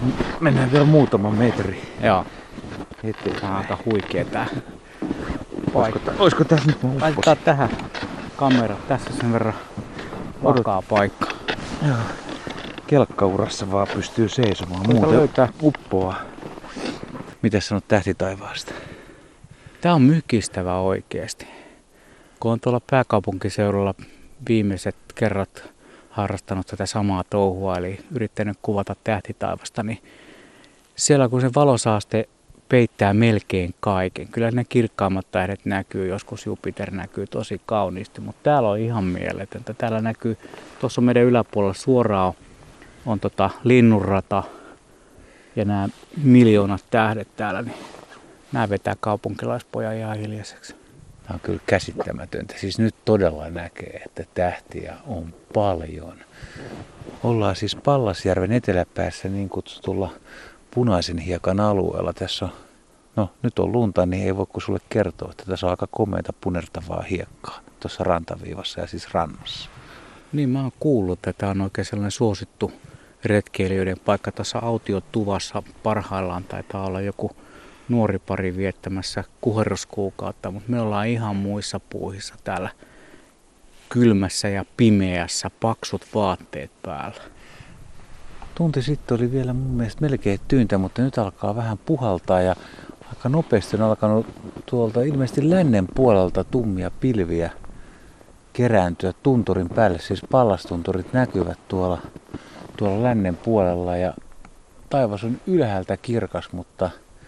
Mennään vielä muutama metri. Joo. Eteenpäin. Tää on aika huikea tää paikka. Olisiko tässä nyt mun Laitetaan tähän kamera. Tässä sen verran vakaa paikka. Joo. Kelkkaurassa vaan pystyy seisomaan. Koita Muuten löytää. uppoaa. Mitäs sanot tähtitaivaasta? Tää on mykistävä oikeesti. Kun on tuolla pääkaupunkiseudulla viimeiset kerrat harrastanut tätä samaa touhua, eli yrittänyt kuvata tähtitaivasta, niin siellä kun se valosaaste peittää melkein kaiken. Kyllä ne kirkkaammat tähdet näkyy, joskus Jupiter näkyy tosi kauniisti, mutta täällä on ihan mieletöntä. Täällä näkyy, tuossa meidän yläpuolella suoraan on linnunrata ja nämä miljoonat tähdet täällä, niin nämä vetää kaupunkilaispojan ihan hiljaiseksi. Tämä on kyllä käsittämätöntä. Siis nyt todella näkee, että tähtiä on paljon. Ollaan siis Pallasjärven eteläpäässä niin kutsutulla punaisen hiekan alueella. Tässä on, nyt on lunta, niin ei voi kuin sulle kertoa, että tässä on aika komeata punertavaa hiekkaa. Tuossa rantaviivassa ja siis rannassa. Niin mä oon kuullut, että tämä on oikein sellainen suosittu retkeilijöiden paikka. Tässä autiotuvassa parhaillaan taitaa olla joku nuori pari viettämässä kuherruskuukautta, mutta me ollaan ihan muissa puuhissa täällä kylmässä ja pimeässä, paksut vaatteet päällä. Tunti sitten oli vielä mun mielestä melkein tyyntä, mutta nyt alkaa vähän puhaltaa ja aika nopeasti on alkanut tuolta ilmeisesti lännen puolelta tummia pilviä kerääntyä tunturin päälle. Siis pallastunturit näkyvät tuolla lännen puolella ja taivas on ylhäältä kirkas, mutta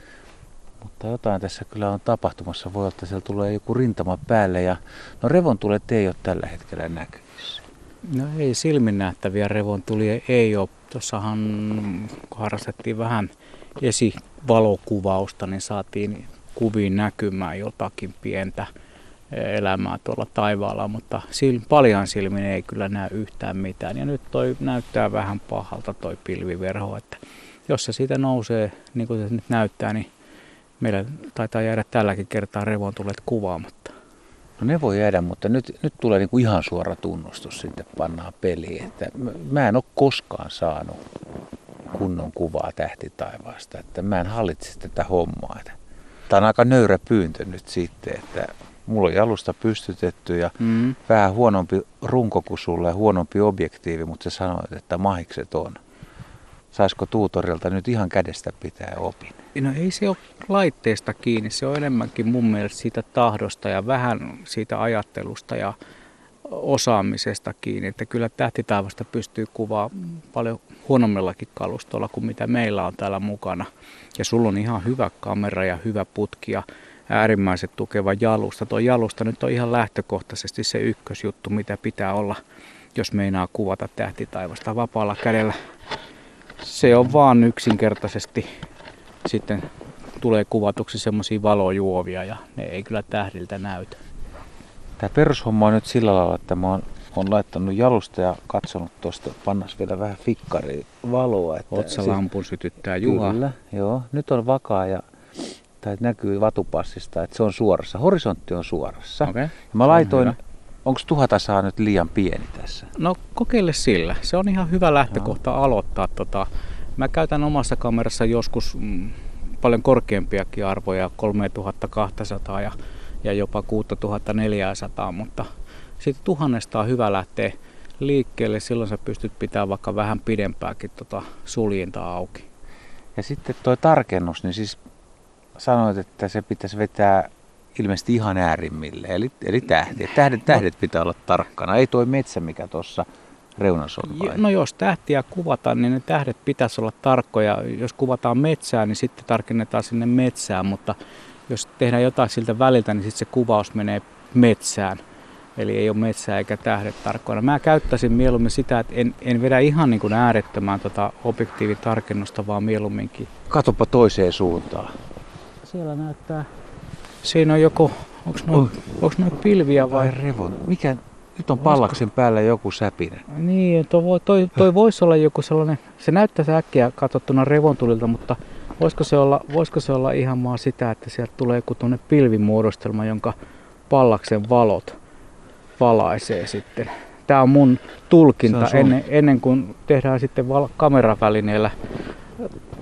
jotain tässä kyllä on tapahtumassa. Voi olla, että siellä tulee joku rintama päälle ja revontulet ei ole tällä hetkellä näkyvissä. No ei silmin nähtäviä revontulia ei ole. Tuossahan kun harrastettiin vähän esivalokuvausta, niin saatiin kuviin näkymään jotakin pientä elämää tuolla taivaalla, mutta paljan silmin ei kyllä näe yhtään mitään. Ja nyt toi näyttää vähän pahalta toi pilviverho, että jos se siitä nousee niin kuin se nyt näyttää, niin meillä taitaa jäädä tälläkin kertaa revontulet kuvaamatta. No ne voi jäädä, mutta nyt tulee niinku ihan suora tunnustus sitten pannaan peliin. Että mä en ole koskaan saanut kunnon kuvaa tähtitaivaasta. Että mä en hallitse tätä hommaa. Tämä on aika nöyrä pyyntö nyt sitten, että mulla on jalusta pystytetty ja vähän huonompi runko kuin sulla ja huonompi objektiivi, mutta sä sanoit, että mahikset on. Saisiko tuutorilta nyt ihan kädestä pitää opin? No ei se ole laitteesta kiinni, se on enemmänkin mun mielestä siitä tahdosta ja vähän siitä ajattelusta ja osaamisesta kiinni. Että kyllä tähtitaivasta pystyy kuvaamaan paljon huonommillakin kalustolla kuin mitä meillä on täällä mukana. Ja sulla on ihan hyvä kamera ja hyvä putki ja äärimmäisen tukeva jalusta. Tuo jalusta nyt on ihan lähtökohtaisesti se ykkösjuttu, mitä pitää olla, jos meinaa kuvata tähtitaivasta vapaalla kädellä. Se on vaan yksinkertaisesti sitten tulee kuvatuksi semmoisia valojuovia ja ne ei kyllä tähdiltä näytä. Tämä perushomma on nyt sillä lailla, että mä oon laittanut jalusta ja katsonut tuosta, pannas vielä vähän fikkari valoa. Otsalampun sytyttää Juha. Kyllä, joo. Nyt on vakaa ja tämä näkyy vatupassista, että se on suorassa. Horisontti on suorassa. Okay. Mä laitoin, onko 1000 nyt liian pieni tässä? No kokeile sillä. Se on ihan hyvä lähtökohta aloittaa. Mä käytän omassa kamerassa joskus paljon korkeampiakin arvoja, 3200 ja jopa 6400, mutta sitten 1000 on hyvä lähteä liikkeelle. Silloin sä pystyt pitämään vaikka vähän pidempääkin suljinta auki. Ja sitten tuo tarkennus, niin siis sanoit, että se pitäisi vetää ilmeisesti ihan äärimmille, eli tähdet. Tähdet pitää olla tarkkana, ei tuo metsä mikä tuossa reunassa on. No jos tähtiä kuvataan, niin ne tähdet pitäisi olla tarkkoja. Jos kuvataan metsää, niin sitten tarkennetaan sinne metsään, mutta jos tehdään jotain siltä väliltä, niin sitten se kuvaus menee metsään. Eli ei ole metsää eikä tähdet tarkkoina. Mä käyttäisin mieluummin sitä, että en vedä ihan niin kuin äärettömään objektiivitarkennusta, vaan mieluumminkin. Katopa toiseen suuntaan. Siellä näyttää. Siinä on joko, onko noin pilviä vai revon? Mikä? Nyt on pallaksen päällä joku säpinä. Niin, toi voisi olla joku sellainen, se näyttää äkkiä katsottuna revontulilta, mutta voisiko se olla ihan vaan sitä, että sieltä tulee joku tuonne pilvimuodostelma, jonka pallaksen valot valaisee sitten. Tämä on mun tulkinta ennen kuin tehdään sitten kameravälineellä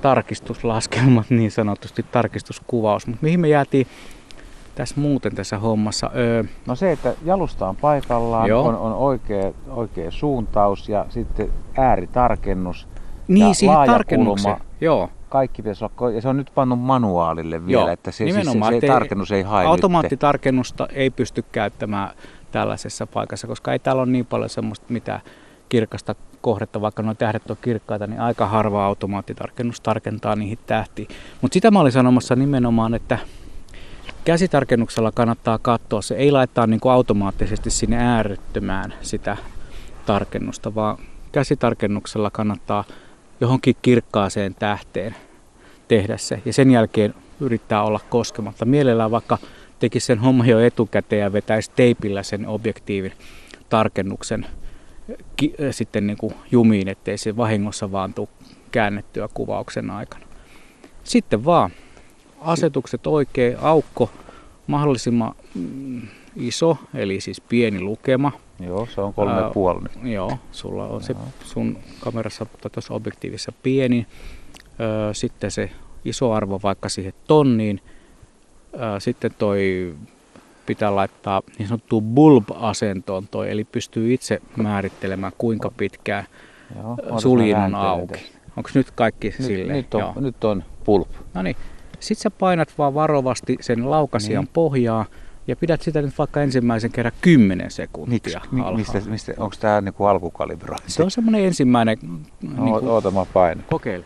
tarkistuslaskelmat niin sanotusti, tarkistuskuvaus. Mutta mihin me jäätiin tässä muuten tässä hommassa? No se, että jalusta on paikallaan, on oikea suuntaus ja sitten ääritarkennus niin, ja siihen laaja tarkennukseen. kulma. Joo. Kaikki pitäisi olla, ja se on nyt pannut manuaalille vielä, Joo, että se että tarkennus ei hae. Automaattitarkennusta ei pysty käyttämään tällaisessa paikassa, koska ei täällä ole niin paljon semmoista mitään kirkasta kohdetta, vaikka nuo tähdet on kirkkaita, niin aika harva automaattitarkennus tarkentaa niihin tähtiin. Mutta sitä mä olin sanomassa nimenomaan, että käsitarkennuksella kannattaa katsoa, se ei laittaa niin kuin automaattisesti sinne äärettömään sitä tarkennusta, vaan käsitarkennuksella kannattaa johonkin kirkkaaseen tähteen tehdä se ja sen jälkeen yrittää olla koskematta. Mielellään vaikka tekisi sen homma jo etukäteen ja vetäisi teipillä sen objektiivin tarkennuksen sitten niin kuin jumiin, ettei se vahingossa vaan tule käännettyä kuvauksen aikana. Sitten vaan asetukset oikein, aukko mahdollisimman iso, eli siis pieni lukema. Joo, se on 3,5 nyt. Joo, sulla on se sun kamerassa tuossa objektiivissa pieni. Sitten se iso arvo vaikka siihen tonniin. Sitten toi pitää laittaa niin sanottuun bulb-asentoon toi, eli pystyy itse määrittelemään kuinka pitkään suljin on auki. Onko nyt kaikki silleen? Nyt on bulb. No niin. Sitten sä painat vaan varovasti sen laukasijan pohjaa ja pidät sitä nyt vaikka ensimmäisen kerran 10 sekuntia. Onko tämä niinku alkukalibrointi? Se on semmoinen ensimmäinen. Oota mä painan. Kokeile.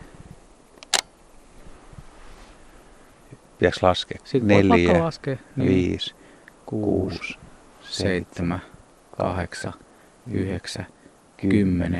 Pitäis laskea? Sitten 4, laskea. 5, 6, 7, 8, 9, 10.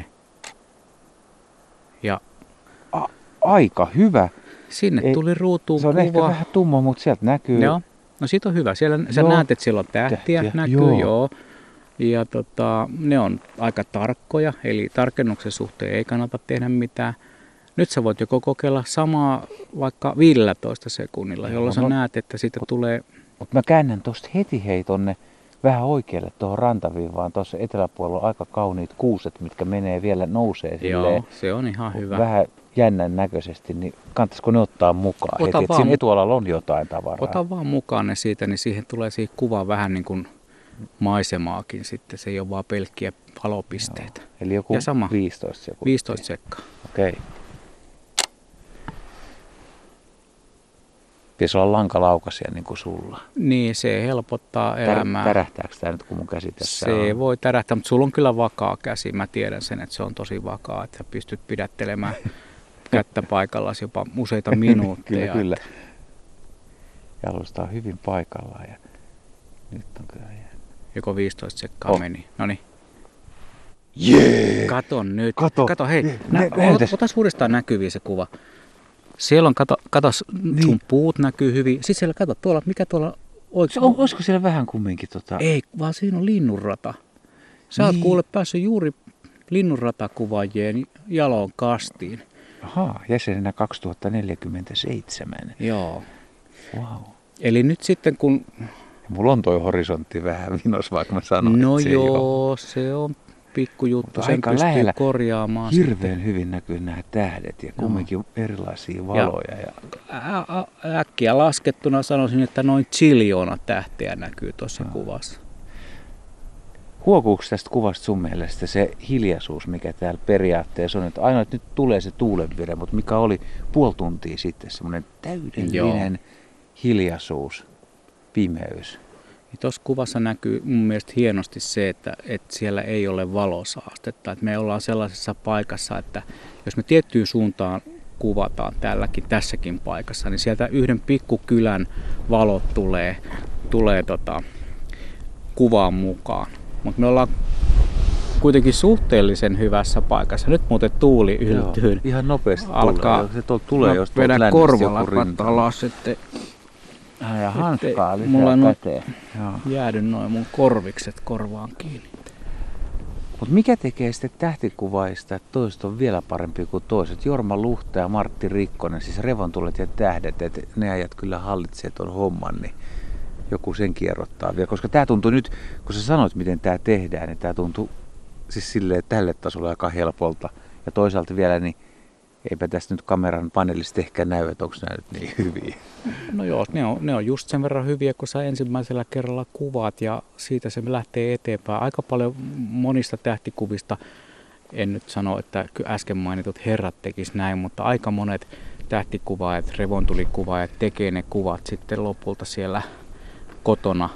Ja aika hyvä. Sinne tuli ruutuun se on kuva. Ehkä vähän tumma, mutta sieltä näkyy. Joo. No siitä on hyvä. Siellä sä näet, että siellä on tähtiä. Näkyy, joo. Ja ne on aika tarkkoja, eli tarkennuksen suhteen ei kannata tehdä mitään. Nyt sä voit joko kokeilla samaa vaikka 15 sekunnilla, jolloin sä näet, että siitä tulee. Mutta mä käännän tosta heti tonne vähän oikealle tuohon rantaviivaan. Tuossa eteläpuolella on aika kauniit kuuset, mitkä menee vielä nousee silleen. Joo, se on ihan hyvä. Vähän jännän näköisesti, niin kannattaisiko ne ottaa mukaan heti, että siinä etualalla on jotain tavaraa. Ota vaan mukaan ne siitä, niin siihen tulee siihen kuvaan vähän niin kuin maisemaakin sitten. Se ei ole vaan pelkkiä valopisteitä. Joo. Eli joku 15 sekuntia. 15 sekkaa. Okei. Pitäisi olla lankalaukasia niin kuin sulla. Niin, se helpottaa elämää. Tärähtääkö tämä nyt, kun mun käsi tässä se on? Voi tärähtää, mutta sulla on kyllä vakaa käsi. Mä tiedän sen, että se on tosi vakaa, että pystyt pidättelemään kättä paikallasi jopa useita minuutteja. Kyllä. Jalusta on hyvin paikallaan ja nyt on kyllä jäänyt. Joko 15 sekkaa meni. Noniin. Jee! Kato nyt. Kato hei. Otas uudestaan näkyviin se kuva. Siellä on, kato sun puut näkyy hyvin. Sitten siellä, kato tuolla, mikä tuolla oikein. Olisiko siellä vähän kumminkin Ei, vaan siinä on linnunrata. Sä oot kuule päässyt juuri linnunratakuvaajien jaloon kastiin. Ahaa, jäsenenä 2047. Joo. Wow. Eli nyt sitten kun. Mulla on toi horisontti vähän vinos, vaikka mä sanoin, no että se on pikkujuttu, sen aika pystyy lähellä korjaamaan. Hirveän sitten hyvin näkyy nämä tähdet ja kumminkin erilaisia valoja. Äkkiä laskettuna sanoisin, että noin 1 tähteä näkyy tuossa kuvassa. Huokuuko tästä kuvasta sun mielestä se hiljaisuus, mikä täällä periaatteessa on? Että ainoa, että nyt tulee se tuulenvire, mutta mikä oli puoli tuntia sitten semmoinen täydellinen hiljaisuus, pimeys. Tuossa kuvassa näkyy mun mielestä hienosti se, että siellä ei ole valosaastetta. Että me ollaan sellaisessa paikassa, että jos me tiettyyn suuntaan kuvataan tässäkin paikassa, niin sieltä yhden pikkukylän valot tulee kuvaan mukaan. Mutta me ollaan kuitenkin suhteellisen hyvässä paikassa. Nyt muuten tuuli yltyy. Joo, ihan nopeasti alkaa. Se tulee, jos tuolta vedän korvalla alas, että ja hanskaa lisää mulla on käteen. jäädy noin mun korvikset korvaan kiinni. Mutta mikä tekee sitten tähtikuvaista, että toiset on vielä parempi kuin toiset? Jorma Luhta ja Martti Rikkonen, siis Revontulet ja tähdet, että ne ajat kyllä hallitsee ton homman, niin joku sen kierrottaa vielä. Koska tää tuntuu nyt, kun sä sanoit miten tää tehdään, niin tää tuntuu siis silleen tälle tasolle aika helpolta. Ja toisaalta vielä niin eipä tästä nyt kameran paneelista ehkä näy, että onko nämä nyt niin hyviä. No joo, ne on just sen verran hyviä, kun sä ensimmäisellä kerralla kuvaat ja siitä se lähtee eteenpäin. Aika paljon monista tähtikuvista, en nyt sano, että äsken mainitut herrat tekis näin, mutta aika monet tähtikuvaajat, revontulikuvaajat tekee ne kuvat sitten lopulta siellä kotona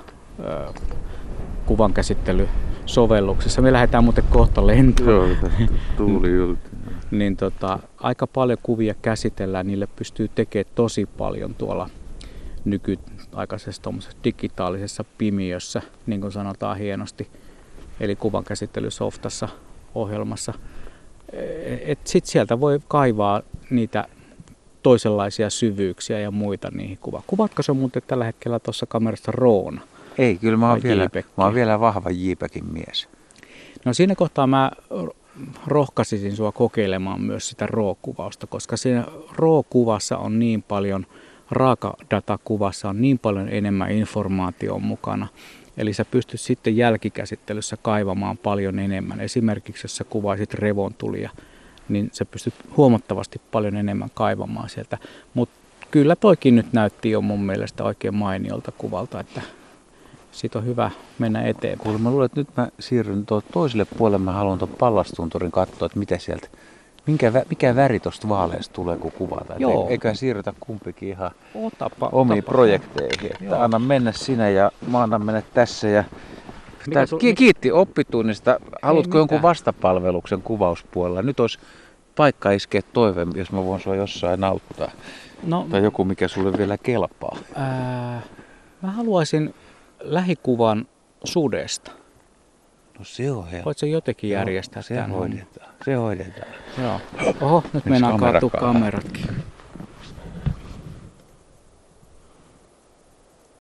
kuvankäsittelysovelluksessa. Me lähdetään muuten kohta lentoon. Joo, tuuli julti. Niin aika paljon kuvia käsitellään, niille pystyy tekemään tosi paljon tuolla nykyaikaisessa digitaalisessa pimiössä, niin kuin sanotaan hienosti, eli kuvankäsittelysoftassa ohjelmassa. Sitten sieltä voi kaivaa niitä toisenlaisia syvyyksiä ja muita niihin kuvaan. Kuvatko se muuten tällä hetkellä tuossa kamerasta RAW:na? Ei, kyllä mä oon vielä vahva JPEGin mies. No siinä kohtaa mä rohkaisisin sua kokeilemaan myös sitä RAW-kuvausta, koska siinä RAW-kuvassa on niin paljon, raakadatakuvassa on niin paljon enemmän informaatiota mukana. Eli sä pystyt sitten jälkikäsittelyssä kaivamaan paljon enemmän. Esimerkiksi jos sä kuvaisit revontulia, niin sä pystyt huomattavasti paljon enemmän kaivamaan sieltä. Mutta kyllä toikin nyt näytti jo mun mielestä oikein mainiolta kuvalta, että siitä on hyvä mennä eteenpäin. Kuule, mä luulen, että nyt mä siirryn toiselle puolelle. Mä haluan tuon pallastunturin katsoa, että mitä sieltä, mikä väri tuosta vaaleasta tulee, kun kuvataan. Eiköhän siirrytä kumpikin ihan omiin projekteihin. Että anna mennä sinä ja mä annan mennä tässä. Ja kiitti oppitunnista. Haluatko jonkun vastapalveluksen kuvauspuolella? Nyt olisi paikka iskeä toive, jos mä voin sua jossain auttaa. No, tai joku, mikä sulle vielä kelpaa. Mä haluaisin lähikuvan sudesta. No se on helppo. Voit sä jotenkin järjestää tämän? Se hoidetaan. Joo. Oho, nyt mennään kaatua kameratkin.